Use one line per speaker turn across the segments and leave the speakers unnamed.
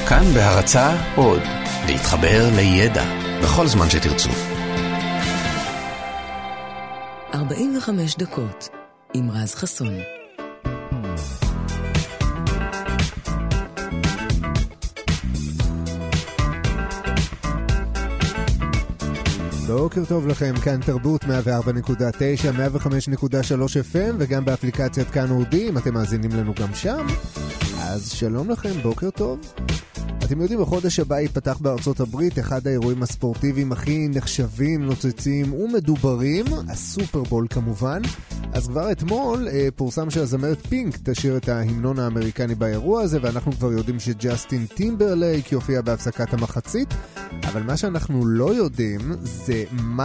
כאן בהרצאה עוד, להתחבר לידע בכל זמן שתרצו.
45 דקות עם רז חסון.
בוקר טוב לכם, כאן תרבות 104.9, 105.3 FM וגם באפליקציית כאן אודי, אם אתם מאזינים לנו גם שם. אז שלום לכם, בוקר טוב. אתם יודעים, בחודש הבא ייפתח בארצות הברית אחד האירועים הספורטיביים הכי נחשבים, נוצצים ומדוברים, הסופרבול כמובן. אז כבר אתמול פורסם שהזמרת פינק תשיר את ההמנון האמריקני באירוע הזה, ואנחנו כבר יודעים שג'סטין טימברלייק יופיע בהפסקת המחצית. אבל מה שאנחנו לא יודעים זה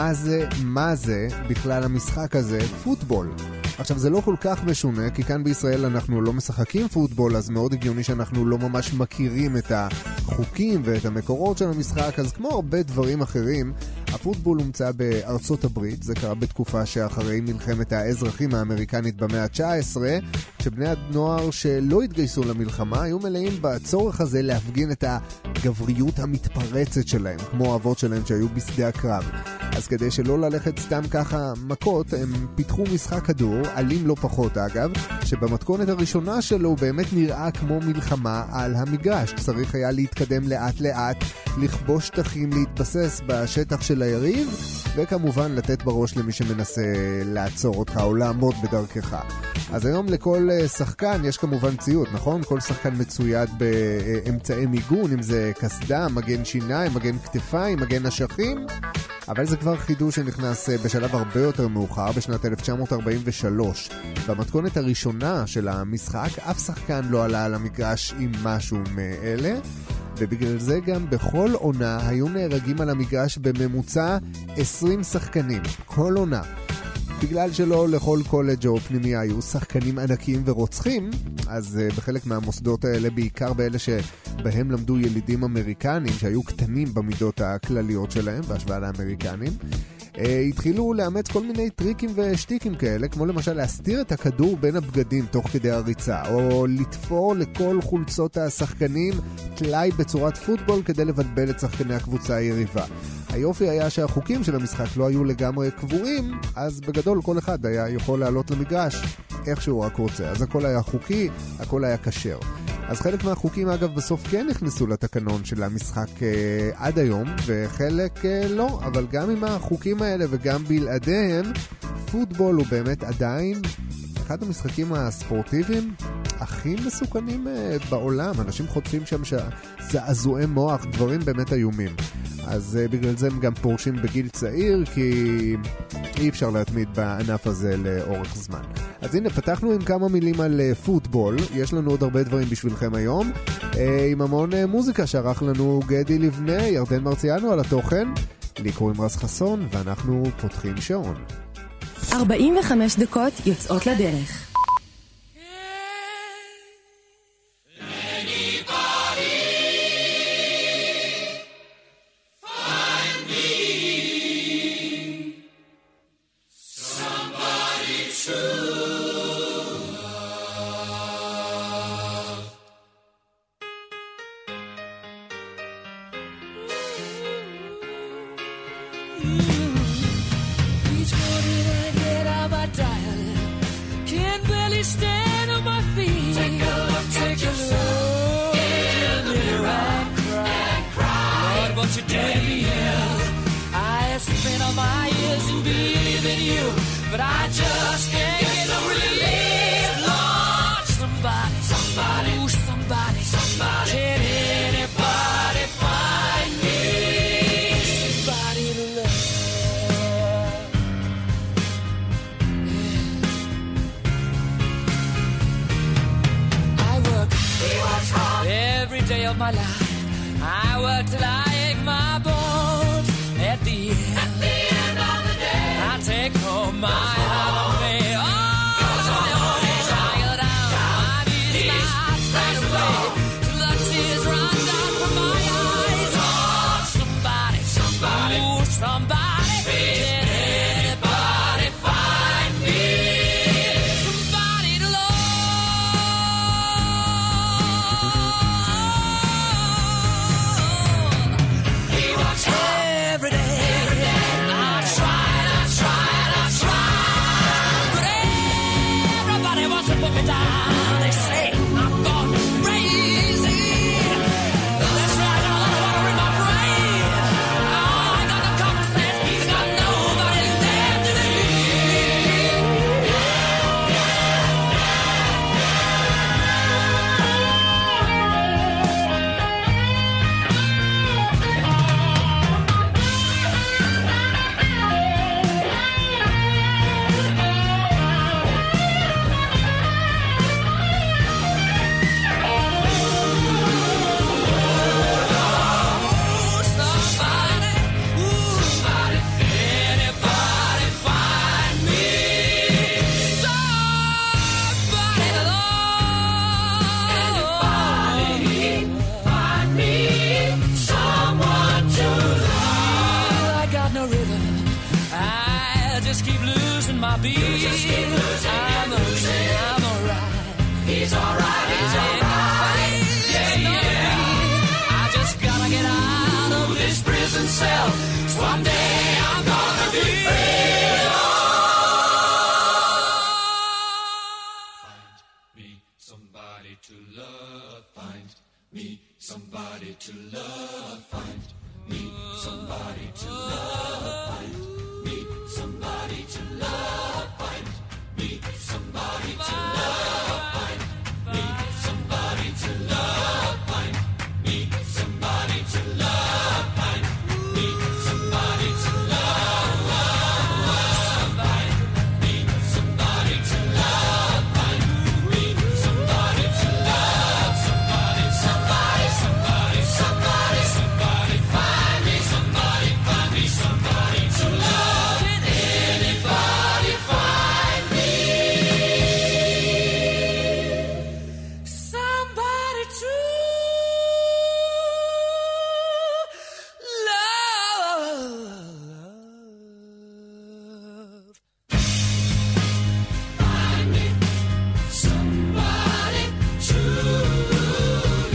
מה זה בכלל המשחק הזה, פוטבול. עכשיו זה לא כל כך משונה, כי כאן בישראל אנחנו לא משחקים פוטבול, אז מאוד הגיוני שאנחנו לא ממש מכירים את החוקים ואת המקורות של המשחק, אז כמו הרבה דברים אחרים, הפוטבול הומצא בארצות הברית, זה קרה בתקופה שאחרי מלחמת האזרחים האמריקנית במאה ה-19, שבני הנוער שלא התגייסו למלחמה היו מלאים בצורך הזה להפגין את הגבריות המתפרצת שלהם, כמו האבות שלהם שהיו בשדה הקרב. אז כדי שלא ללכת סתם ככה מכות, הם פיתחו משחק כדור, אלים לא פחות אגב, שבמתכונת הראשונה שלו הוא באמת נראה כמו מלחמה על המגרש. צריך היה להתקדם לאט לאט, לכבוש שטחים, להתבסס בשטח של היריב, וכמובן לתת בראש למי שמנסה לעצור אותך או לעמוד בדרכך. אז היום לכל שחקן יש כמובן ציוד, נכון? כל שחקן מצויד באמצעי מיגון, אם זה קסדה, מגן שיניים, מגן כתפיים, מגן אשכים. אבל זה כבר חידוש שנכנס בשלב הרבה יותר מאוחר, בשנת 1943. במתכונת הראשונה של המשחק, אף שחקן לא עלה על המגרש עם משהו מאלה, ובגלל זה גם בכל עונה היו נהרגים על המגרש בממוצע 20 שחקנים, כל עונה. בגלל שלא לכל קולג' או פנימי היו שחקנים ענקיים ורוצחים, אז בחלק מהמוסדות האלה, בעיקר באלה שבהם למדו ילידים אמריקנים שהיו קטנים במידות הכלליות שלהם בהשוואה לאמריקנים, התחילו לאמץ כל מיני טריקים ושטיקים כאלה, כמו למשל להסתיר את הכדור בין הבגדים תוך כדי הריצה, או לתפור לכל חולצות השחקנים טלאי בצורת פוטבול כדי לבלבל את שחקני הקבוצה היריבה. היופי היה שהחוקים של המשחק לא היו לגמרי קבועים, אז בגדול כל אחד היה יכול לעלות למגרש איך שהוא רק רוצה. אז הכל היה חוקי, הכל היה כשר. אז חלק מהחוקים אגב בסוף כן נכנסו לתקנון של המשחק עד היום, וחלק לא, אבל גם עם החוקים האלה וגם בלעדיהם, פוטבול הוא באמת עדיין אחד המשחקים הספורטיביים הכי מסוכנים בעולם. אנשים חוטפים שם זעזועי מוח, דברים באמת איומים. אז בגלל זה הם גם פורשים בגיל צעיר, כי אי אפשר להתמיד בענף הזה לאורך זמן. אז הנה, פתחנו עם כמה מילים על פוטבול. יש לנו עוד הרבה דברים בשבילכם היום, עם המון מוזיקה שערך לנו גדי לבנה, ירדן מרציאנו על התוכן. לי קוראים רז חסון, ואנחנו פותחים שעון.
45 דקות יוצאות לדרך.
be. You just keep losing, I'm alright. He's alright, he's alright. Yeah, yeah. I just gotta get out of this prison cell. Someday I'm gonna be free. Somebody to love, find me somebody to love, find me somebody to love, find me somebody to love, find me somebody to love, find me somebody to love, find me somebody to love, find me somebody to love, find me somebody to love, somebody, somebody, somebody, somebody, somebody, find me somebody, find me somebody to love. Can anybody find me somebody to love? Find me somebody to love.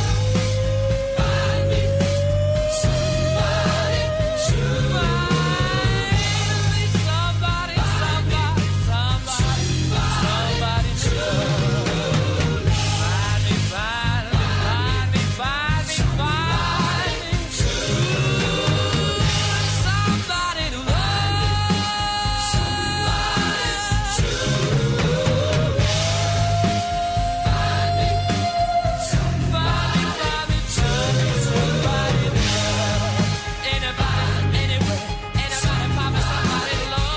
Find me somebody to love. Somebody, somebody, somebody, somebody to love. Find me, find me, find me, find me, find me to love. Somebody to love. Somebody to love. Find me somebody, find me somebody to love. Anybody, anywhere, anybody, find me somebody to love.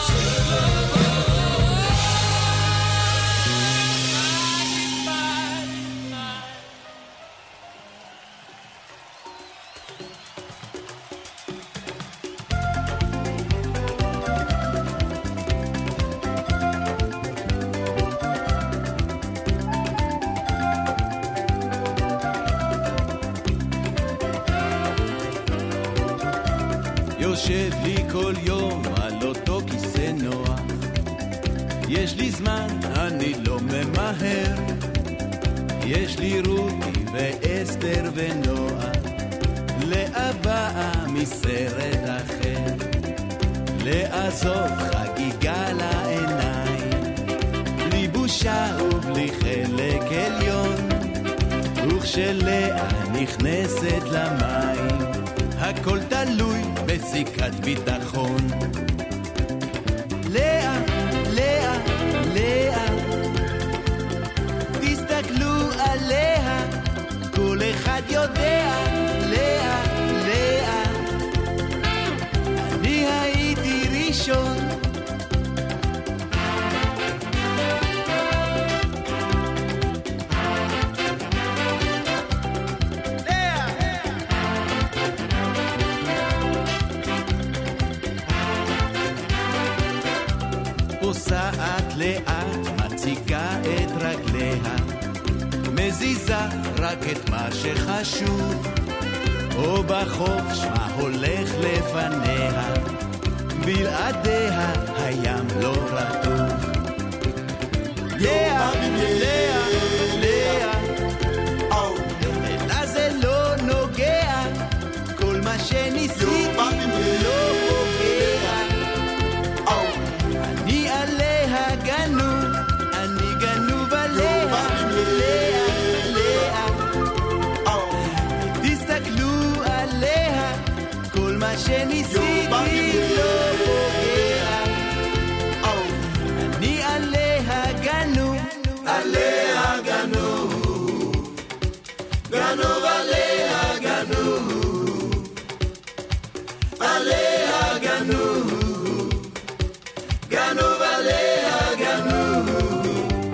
יושב לי כל יום על אותו כיסא נוח, יש לי זמן, אני לא ממהר, יש לי רותי ואסתר ונועה, לאבא מסרט אחר, לעזוב חגיגה לעיניים, בלי בושה ובלי חלק עליון, וכשלאה נכנסת למים, הכל תלוי בסיכת ביטחון. לאה, לאה, לאה, תסתכלו עליה, כל אחד יודע, לאה, לאה, אני הייתי ראשון. פוסעת לאט, מציקה את רגליה, מזיזה רק את מה שחשוב, או בחוף שמה הולך לפניה, בלעדיה הים לא רטוב. לאה, לאה, לאה, אלא זה לא נוגע, כל מה שניסיתי לא פוגע. אני עליה גנוב, אני גנוב עליה, לאה, לאה, תסתכלו עליה, כל מה שניסיתי לא פוגע. אני עליה גנוב, עליה גנוב, גנוב עליה גנוב, עליה גנוב, גנוב עליה גנוב.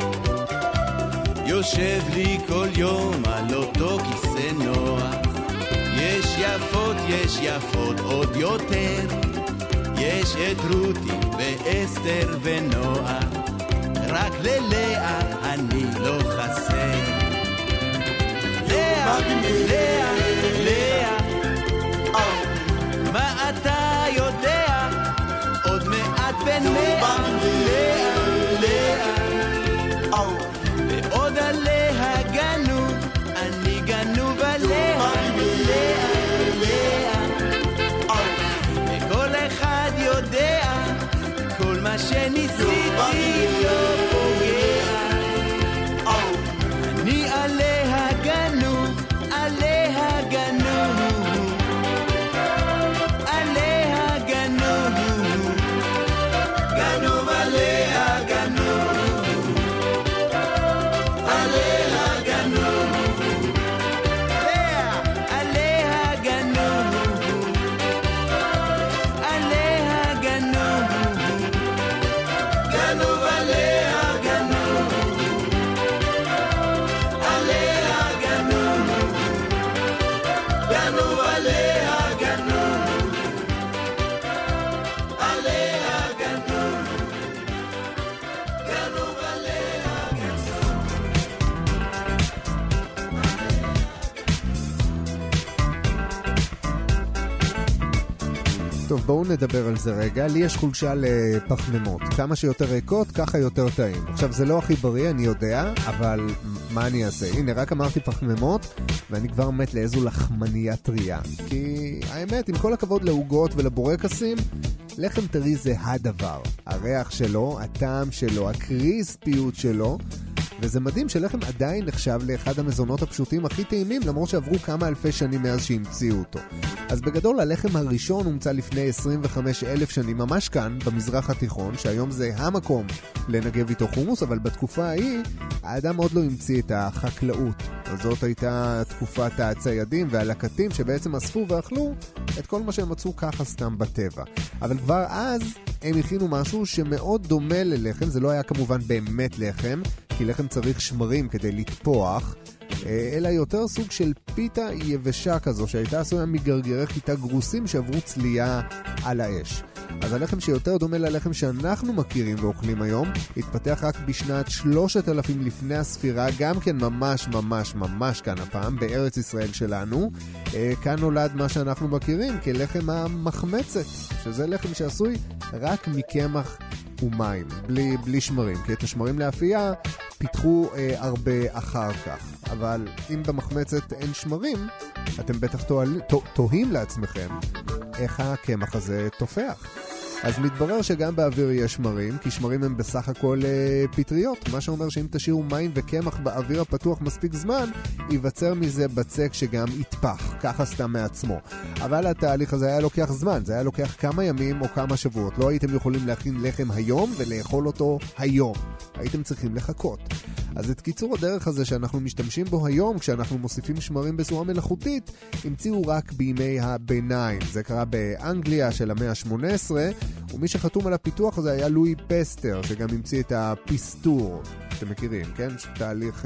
יושב לי כל יום על אותו כיסא נוח, יש יפות, יש יפות עוד יותר, יש את רותי ואסתר ונועה, רק ללאה אני לא חסר. לאה, לאה, לאה, מה אתה יודע? עוד מעט בן 100. גנוב עליה גנוב, עליה גנוב, גנוב עליה גנוב.
טוב, בואו נדבר על זה רגע. לי יש חולשה לפחמימות. כמה שיותר ריקות, ככה יותר טעים. עכשיו, זה לא הכי בריא, אני יודע, אבל מה אני אעשה? הנה, רק אמרתי פחמימות, ואני כבר מת לאיזו לחמניה טריה. כי האמת, עם כל הכבוד לעוגות ולבורקסים, לחם טרי זה הדבר. הריח שלו, הטעם שלו, הקריספיות שלו, וזה מדהים שלחם עדיין נחשב לאחד המזונות הפשוטים הכי טעימים, למרות שעברו כמה אלפי שנים מאז שהמציאו אותו. אז בגדול, הלחם הראשון הומצא לפני 25,000 שנים, ממש כאן, במזרח התיכון, שהיום זה המקום לנגב איתו חומוס, אבל בתקופה ההיא, האדם עוד לא המציא את החקלאות. אז זאת הייתה תקופת הציידים והלקטים, שבעצם אספו ואכלו את כל מה שהם מצאו ככה סתם בטבע. אבל כבר אז הם הכינו משהו שמאוד דומה ללחם, זה לא היה כמובן באמת לחם, כי לחם צריך שמרים כדי לטפוח, אלא יותר סוג של פיתה יבשה כזו, שהייתה עשויה מגרגרי חיטה גרוסים שעברו צלייה על האש. אז הלחם שיותר דומה ללחם שאנחנו מכירים ואוכלים היום, התפתח רק בשנת 3000 לפני הספירה, גם כן ממש ממש ממש כאן הפעם, בארץ ישראל שלנו. כאן נולד מה שאנחנו מכירים כלחם המחמצת, שזה לחם שעשוי רק מקמח ומים, בלי שמרים, כי את השמרים לאפייה פיתחו הרבה אחר כך. אבל אם במחמצת אין שמרים, אתם בטח תוהים לעצמכם איך הקמח הזה תופח. אז מתברר שגם באוויר יש שמרים, כי שמרים הם בסך הכל פטריות, מה שאומר שאם תשאירו מים וקמח באוויר הפתוח מספיק זמן, ייווצר מזה בצק שגם יתפח, ככה סתם מעצמו. אבל התהליך הזה היה לוקח זמן, זה היה לוקח כמה ימים או כמה שבועות. לא הייתם יכולים להכין לחם היום ולאכול אותו היום. הייתם צריכים לחכות. אז את קיצור הדרך הזה שאנחנו משתמשים בו היום, כשאנחנו מוסיפים שמרים בצורה מלאכותית, המציאו רק בימי הביניים. זה קרה באנגליה של המאה ה-18, ומי שחתום על הפיתוח הזה היה לואי פסטר, שגם המציא את הפיסטור. אתם מכירים, כן? תהליך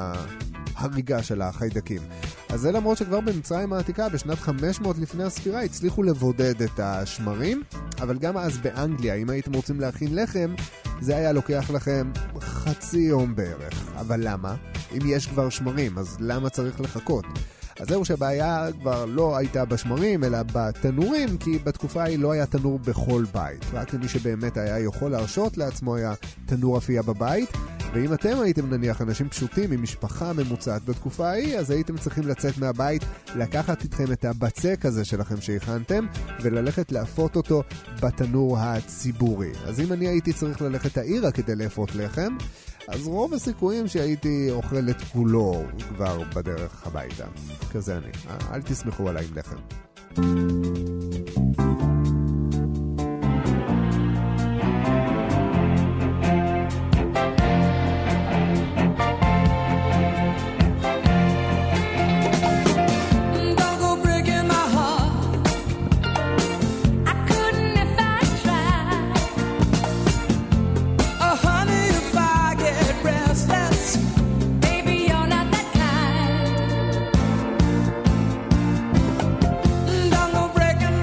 הריגה של החיידקים. אז זה למרות שכבר במצרים העתיקה, בשנת 500 לפני הספירה, הצליחו לבודד את השמרים, אבל גם אז באנגליה, אם הייתם רוצים להכין לחם, זה היה לוקח לכם חצי יום בערך. אבל למה? אם יש כבר שמרים, אז למה צריך לחכות? אז זהו שהבעיה כבר לא הייתה בשמרים, אלא בתנורים, כי בתקופה היא לא היה תנור בכל בית. רק למי שבאמת היה יכול להרשות לעצמו היה תנור אפייה בבית, ואם אתם הייתם נניח אנשים פשוטים עם משפחה ממוצעת בתקופה ההיא, אז הייתם צריכים לצאת מהבית, לקחת איתכם את הבצק הזה שלכם שהכנתם, וללכת להפות אותו בתנור הציבורי. אז אם אני הייתי צריך ללכת העירה כדי להפות לחם, אז רוב הסיכויים שהייתי אוכל את כולו כבר בדרך הביתה. כזה אני. אל תסמכו עליי עם לחם.
Breaking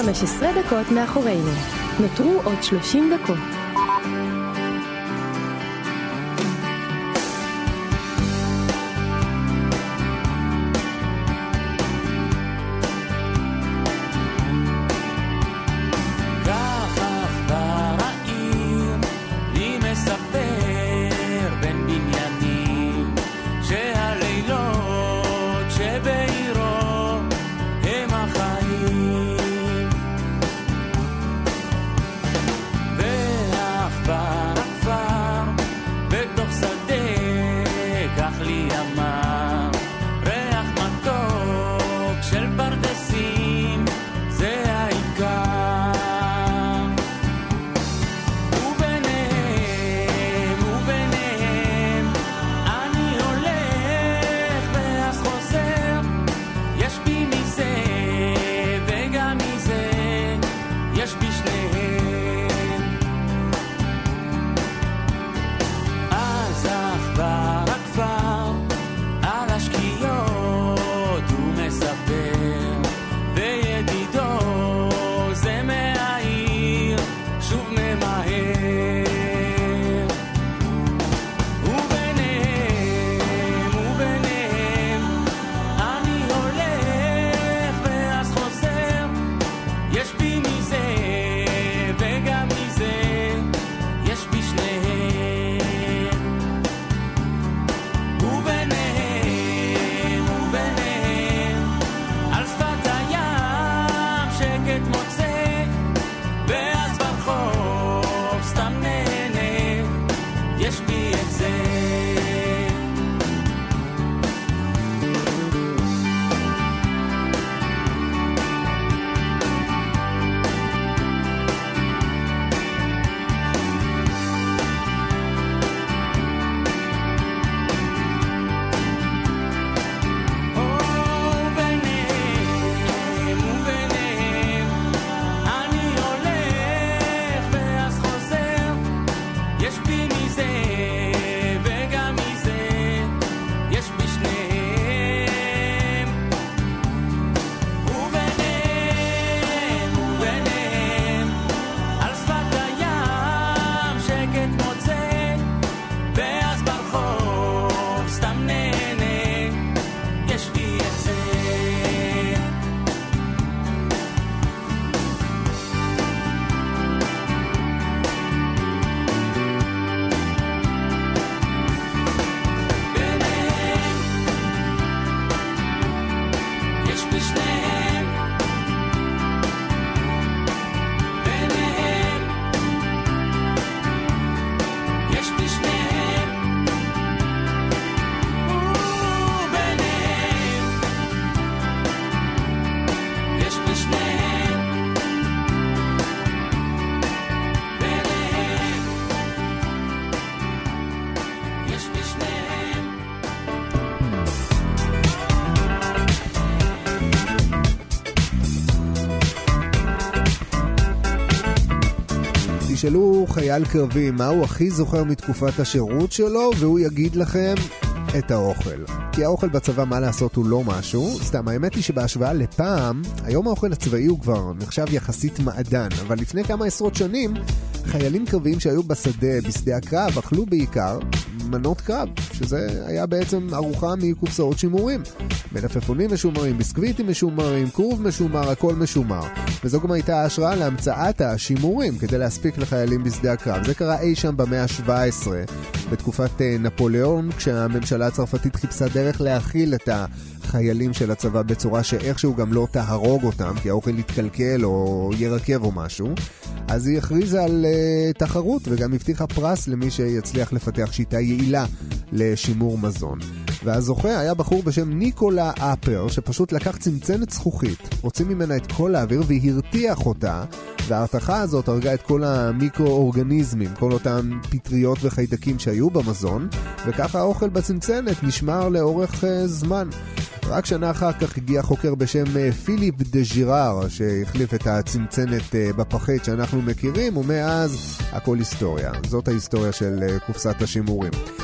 15 דקות מאחורינו. נותרו עוד 30 דקות.
תשאלו חייל קרבי מה הוא הכי זוכר מתקופת השירות שלו, והוא יגיד לכם את האוכל. כי האוכל בצבא, מה לעשות, הוא לא משהו. סתם, האמת היא שבהשוואה לפעם, היום האוכל הצבאי הוא כבר נחשב יחסית מעדן, אבל לפני כמה עשרות שנים, חיילים קרביים שהיו בשדה הקרב, אכלו בעיקר מנות קרב, שזה היה בעצם ארוחה מקופסאות שימורים. מלפפונים משומרים, ביסקוויטים משומרים, קרוב משומר, הכל משומר. וזו גם הייתה ההשראה להמצאת השימורים כדי להספיק לחיילים בשדה הקרב. זה קרה אי שם במאה ה-17, בתקופת נפוליאון, כשהממשלה הצרפתית חיפשה דרך להכיל את החיילים של הצבא בצורה שאיכשהו גם לא תהרוג אותם, כי האוכל יתקלקל או ירקב או משהו. אז היא הכריזה על תחרות וגם הבטיחה פרס למי שיצליח לפתח שיטה יעילה לשימור מזון. והזוכה היה בחור בשם ניקולה אפר, שפשוט לקח צנצנת זכוכית, הוציא ממנה את כל האוויר והרתיח אותה, וההרתחה הזאת הרגה את כל המיקרואורגניזמים, כל אותם פטריות וחיידקים שהיו במזון, וככה האוכל בצנצנת נשמר לאורך זמן. רק שנה אחר כך הגיע חוקר בשם פיליפ דה ז'ירר, שהחליף את הצנצנת בפחית שאנחנו מכירים, ומאז הכל היסטוריה. זאת ההיסטוריה של קופסת השימורים.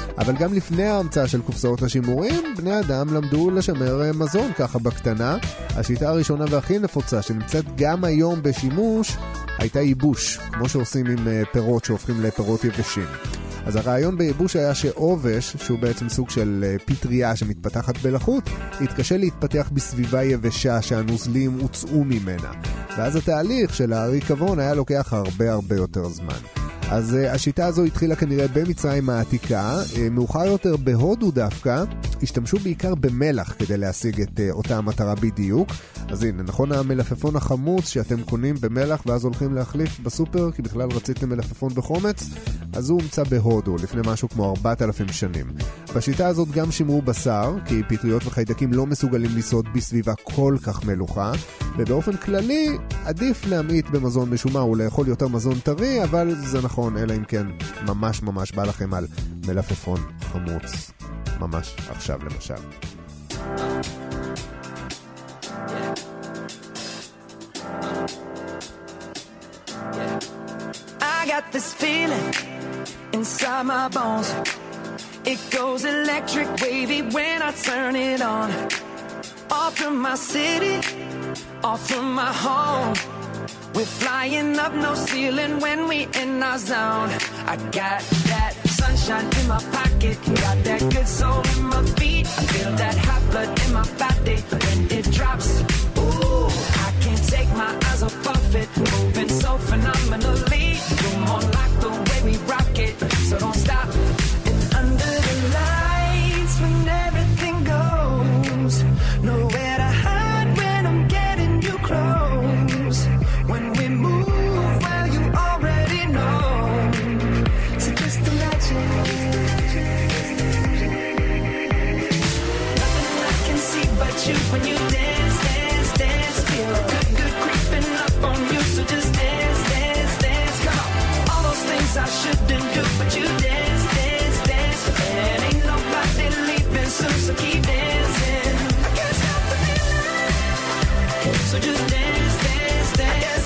אבל גם לפני ההמצאה של קופסאות השימורים, בני אדם למדו לשמר מזון ככה בקטנה. השיטה הראשונה והכי נפוצה שנמצאת גם היום בשימוש הייתה ייבוש, כמו שעושים עם פירות שהופכים לפירות יבשים. אז הרעיון בייבוש היה שעובש, שהוא בעצם סוג של פטריה שמתפתחת בלחות, התקשה להתפתח בסביבה יבשה שהנוזלים הוצאו ממנה. ואז התהליך של הריקבון היה לוקח הרבה יותר זמן. אז השיטה הזו התחילה כנראה במצרים העתיקה. מאוחר יותר בהודו דווקא השתמשו בעיקר במלח כדי להשיג את אותה המטרה בדיוק. אז הנה, נכון, המלפפון החמוץ שאתם קונים במלח ואז הולכים להחליף בסופר כי בכלל רציתם מלפפון בחומץ, אז הוא הומצא בהודו לפני משהו כמו 4,000 שנים. בשיטה הזאת גם שימרו בשר, כי פטריות וחיידקים לא מסוגלים לשרוד בסביבה כל כך מלוכה, ובאופן כללי עדיף להמעיט במזון משומר ולאכול יותר מזון טרי, אבל זה נכון, אלא אם כן ממש בא לכם על מלפפון חמוץ ממש עכשיו למשל.
I got this feeling inside my bones. It goes electric wavy when I turn it on. Off from my city, off from my home. We're flying up no ceiling when we in our zone. I got that sunshine in my pocket, got that good soul in my feet. I feel that hot blood in my body when it drops. Ooh, I can't take my eyes off of it, moving so phenomenally. You're more like the way we rock it, so don't stop. And under the lights when everything goes, nowhere to hide when I'm getting you close. When we move, well you already know. So just imagine. Nothing I can see but you when you dance, dance, dance. Feel good creeping up on you. So just dance, dance, dance. Come on. All those things I shouldn't do, but you dance, dance, dance. And ain't nobody leaving soon, so keep dancing. I can't stop the feeling. So just dance, dance, dance.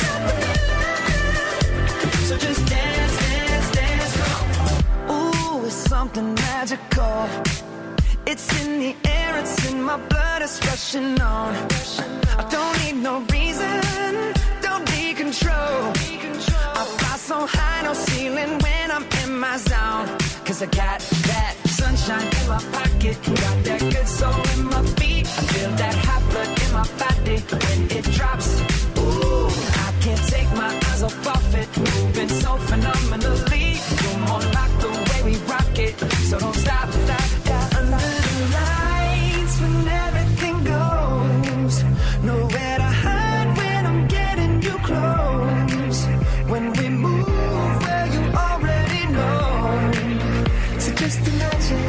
So just dance, dance, dance. Come on. Ooh, it's something magical. It's in the air, it's in my blood, it's rushing on. I don't need no reason, don't need control. I fly so high, no ceiling when I'm in my zone. Cause I got that sunshine in my pocket, got that good soul in my feet. I feel that hot blood in my body when it drops. Ooh, I can't take my eyes off of it, moving so phenomenally. You're more like the way we rock it, so don't stop, stop, stop. Under the lights when everything goes, nowhere to hide when I'm getting you close. When we move, well you already know. So just imagine.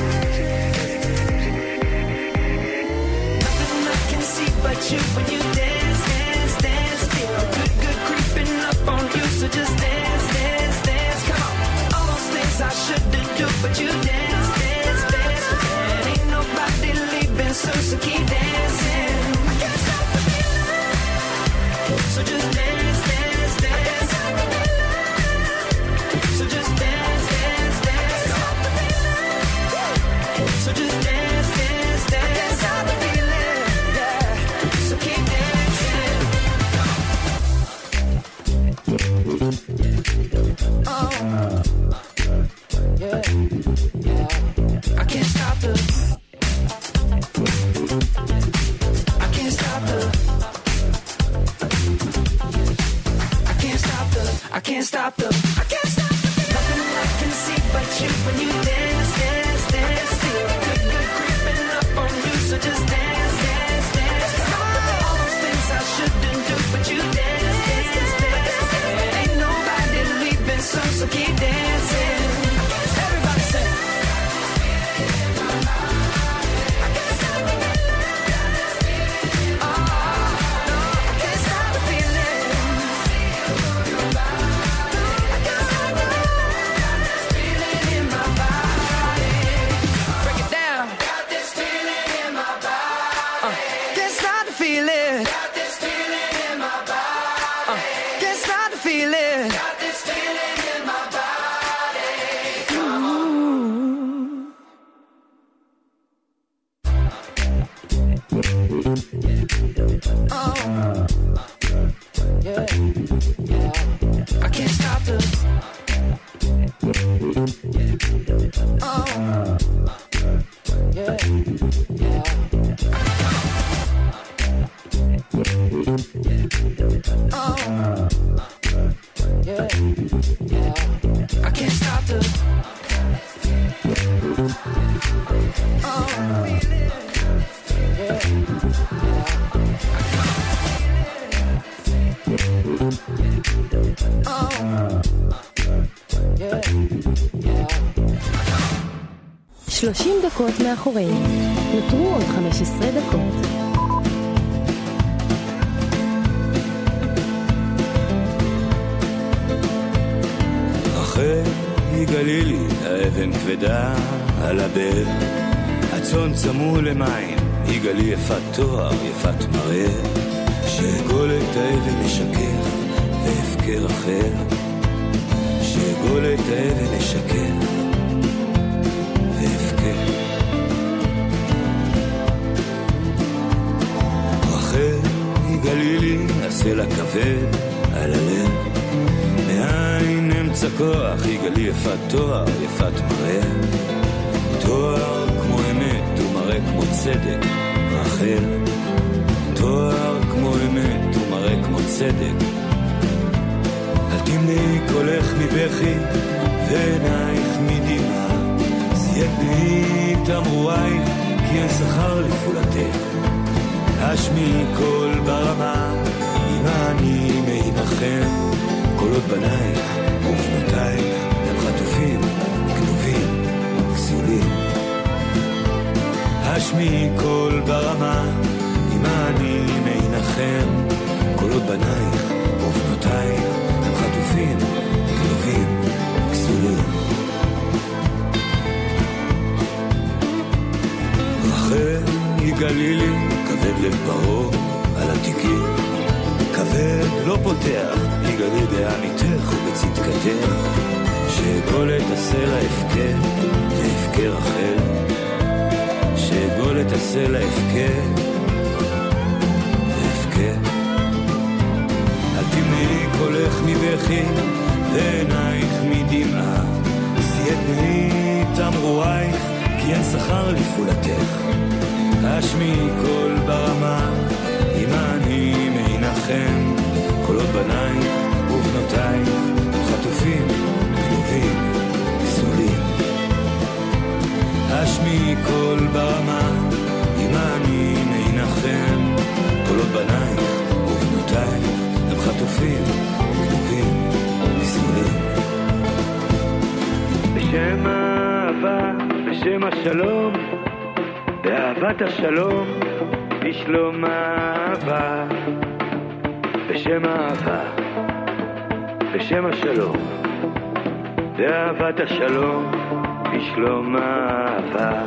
Nothing I can see but you when you dance, dance, dance. Feel good creeping up on you. So just dance, dance, dance. Come on. All those things I shouldn't do, but you dance, dance, dance. And ain't nobody leaving soon, so keep dancing. I can't stop the feeling. So just dance, dance, dance. So just dance, dance, dance. So just dance, dance, dance. Stop the feeling, yeah. So keep dancing. Oh, yeah, yeah. I can't stop the. I can't stop the. I can't stop the. I can't stop the. I can't stop the. Nothing I can see but you when you dance, dance, dance. Feel good creeping up on you. So just dance, dance, dance. All those things I shouldn't do, but you dance, dance, dance. And ain't nobody leaving soon, so keep dancing. Everybody say.
30 דקות מאחורינו. נותרו עוד 15 דקות.
אחרי גלילי, האבן כבדה על הבאר, הצאן צמו למים, יגלי יפת תואר, יפת מראה, שגולת האבן נשכח והפקר אחר, שגולת האבן נשכח והפקר. רחל גלילי, הסלע כבד על הלב, מאין אמצע כוח, יגלי יפת תואר, יפת מראה, תואר כמו אמת ומראה כמו צדק. רחל, תואר כמו אמת ומראה כמו צדק. אל תמני קולך מבכי ועינייך מדמעה, סייתני תמרורייך כי אין שכר לפעולתך. השמי קול ברמה עמני מעמכם, קולות בנייך ובנותייך הם חטופים, גנובים, כסולים. השמי קול ברמה עמני מעמכם, קולות בנייך ובנותייך הם חטופים, גנובים, כסולים. רחל גלילי, כבד לב ברור על התיקים, כבד לא פותח, יגלי בעמיתך ובצדקתך, שגולת הסלע הפקר והפקר אחר, שגולת הסלע הפקר והפקר. אל תמנעי קולך מבכי ועינייך מדמעה, סייתני תמרורייך כי אין שכר לפעולתך. השמי קול ברמה עמני מעמכם, קולות בנייך ובנותייך חטופים, גנובים, כסולים. השמי קול ברמה עמני מעמכם, קולות בנייך ובנותייך הם חטופים, גנובים, כסולים. בשם האהבה, בשם השלום, באהבת השלום, בשלום אהבה. בשם האהבה, בשם השלום, באהבת השלום, בשלום אהבה.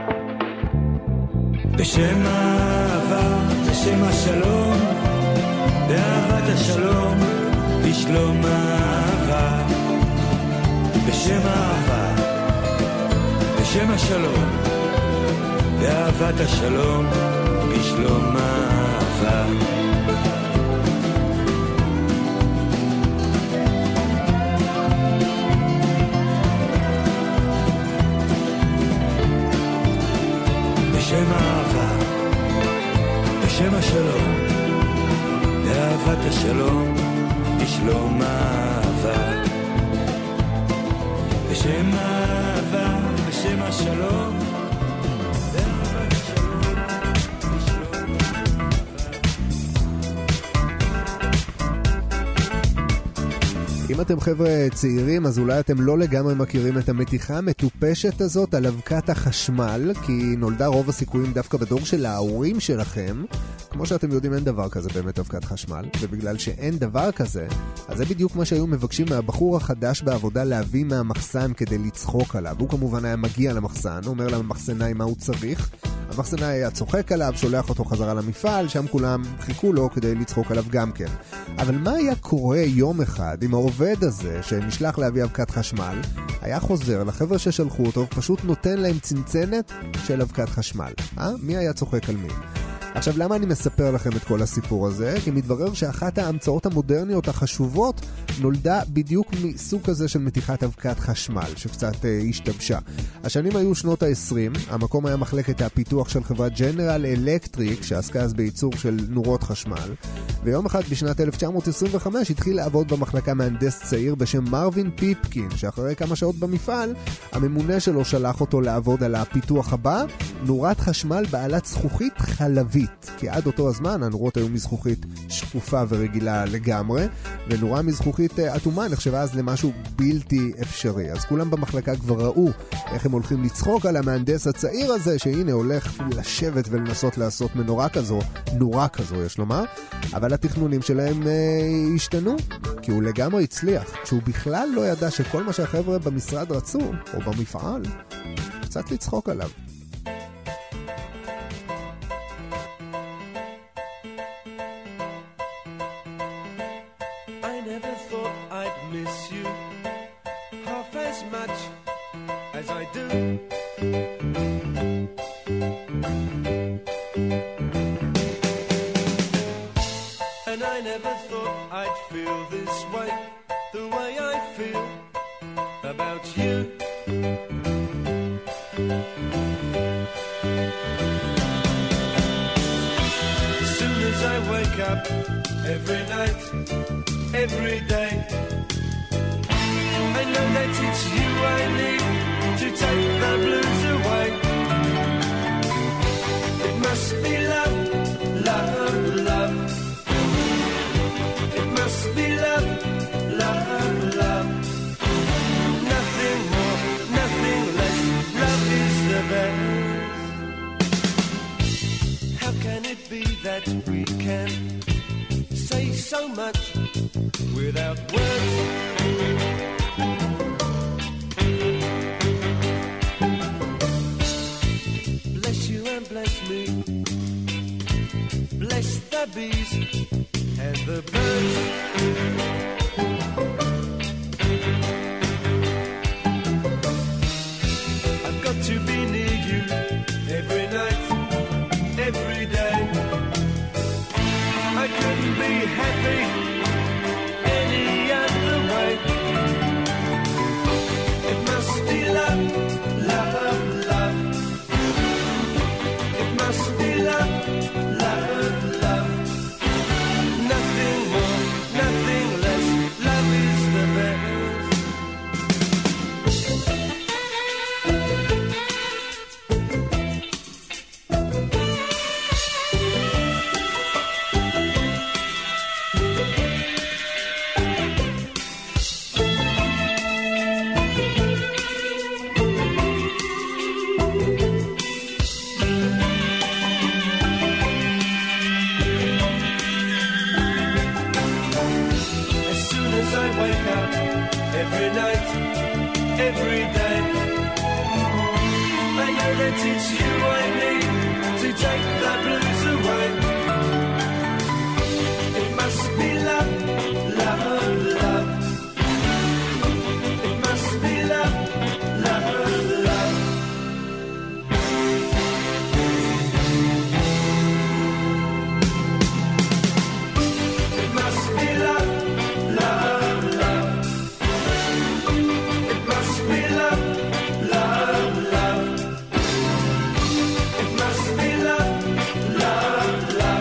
בשם האהבה, בשם השלום, באהבת השלום, בשלום אהבה. בשם האהבה, בשם השלום, באהבת השלום, בשלום אהבה. בשם האהבה, בשם השלום, באהבת השלום, בשלום אהבה. בשם האהבה, בשם השלום,
אם אתם חבר'ה צעירים, אז אולי אתם לא לגמרי מכירים את המתיחה המטופשת הזאת על אבקת החשמל, כי נולדה רוב הסיכויים דווקא בדור של ההורים שלכם. כמו שאתם יודעים, אין דבר כזה באמת אבקת חשמל, ובגלל שאין דבר כזה, אז זה בדיוק מה שהיו מבקשים מהבחור החדש בעבודה להביא מהמחסן כדי לצחוק עליו. הוא כמובן היה מגיע למחסן, אומר למחסנאי מה הוא צריך, המחסנאי היה צוחק עליו, שולח אותו חזרה למפעל, שם כולם חיכו לו כדי לצחוק עליו גם כן. אבל מה היה קורה יום אחד אם העובד הזה שנשלח להביא אבקת חשמל היה חוזר לחבר'ה ששלחו אותו ופשוט נותן להם צנצנת של אבקת חשמל? מי היה צוחק על מי? עכשיו, למה אני מספר לכם את כל הסיפור הזה? כי מתברר שאחת ההמצאות המודרניות החשובות נולדה בדיוק מסוג כזה של מתיחת אבקת חשמל, שקצת השתבשה. השנים היו שנות ה-20, המקום היה מחלקת הפיתוח של חברת ג'נרל אלקטריק, שעסקה אז בייצור של נורות חשמל, ויום אחד בשנת 1925 התחיל לעבוד במחלקה מהנדס צעיר בשם מרווין פיפקין, שאחרי כמה שעות במפעל, הממונה שלו שלח אותו לעבוד על הפיתוח הבא, נורת חשמל בעלת זכוכית חלבית, כי עד אותו הזמן הנורות היו מזכוכית שקופה ורגילה לגמרי, ונורה מזכוכית אטומה נחשבה אז למשהו בלתי אפשרי. אז כולם במחלקה כבר ראו איך הם הולכים לצחוק על המהנדס הצעיר הזה, שהנה הולך לשבת ולנסות לעשות מנורה כזו, נורה כזו יש לומר, אבל התכנונים שלהם השתנו, כי הוא לגמרי הצליח, שהוא בכלל לא ידע שכל מה שהחבר'ה במשרד רצו, או במפעל, קצת לצחוק עליו.
Every night, every day, I know that it's you I need to take the blues away. It must be love, love, love. It must be love, love, love. Nothing more, nothing less. Love is the best. How can it be that we can say so much without words? Bless you and bless me. Bless the bees and the birds. I've got to be near you every night, every day. I couldn't be happy any other way. It must be love, love, love. It must be love, love, love. Nothing more, nothing less. Love is the best. Every night, every day, I know that it's you I need to take the blues away. It must be love, love, love. It must be love, love, love. It must be love, love, love. It must be love, love, love. It must be love, love, love.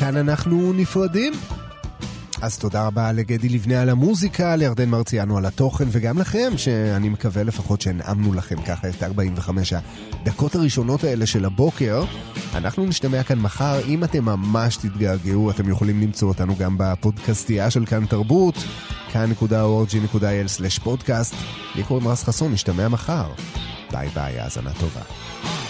כאן אנחנו נפרדים. אז תודה רבה לגדי לבנה על המוזיקה, לירדן מרציאנו על התוכן, וגם לכם, שאני מקווה לפחות שנעמנו לכם ככה את 45 הדקות הראשונות האלה של הבוקר. אנחנו נשתמע כאן מחר. אם אתם ממש תתגעגעו, אתם יכולים למצוא אותנו גם בפודקאסטייה של כאן תרבות, כאן.org.il/פודקאסט. לי קוראים רז חסון, נשתמע מחר. ביי ביי, האזנה טובה.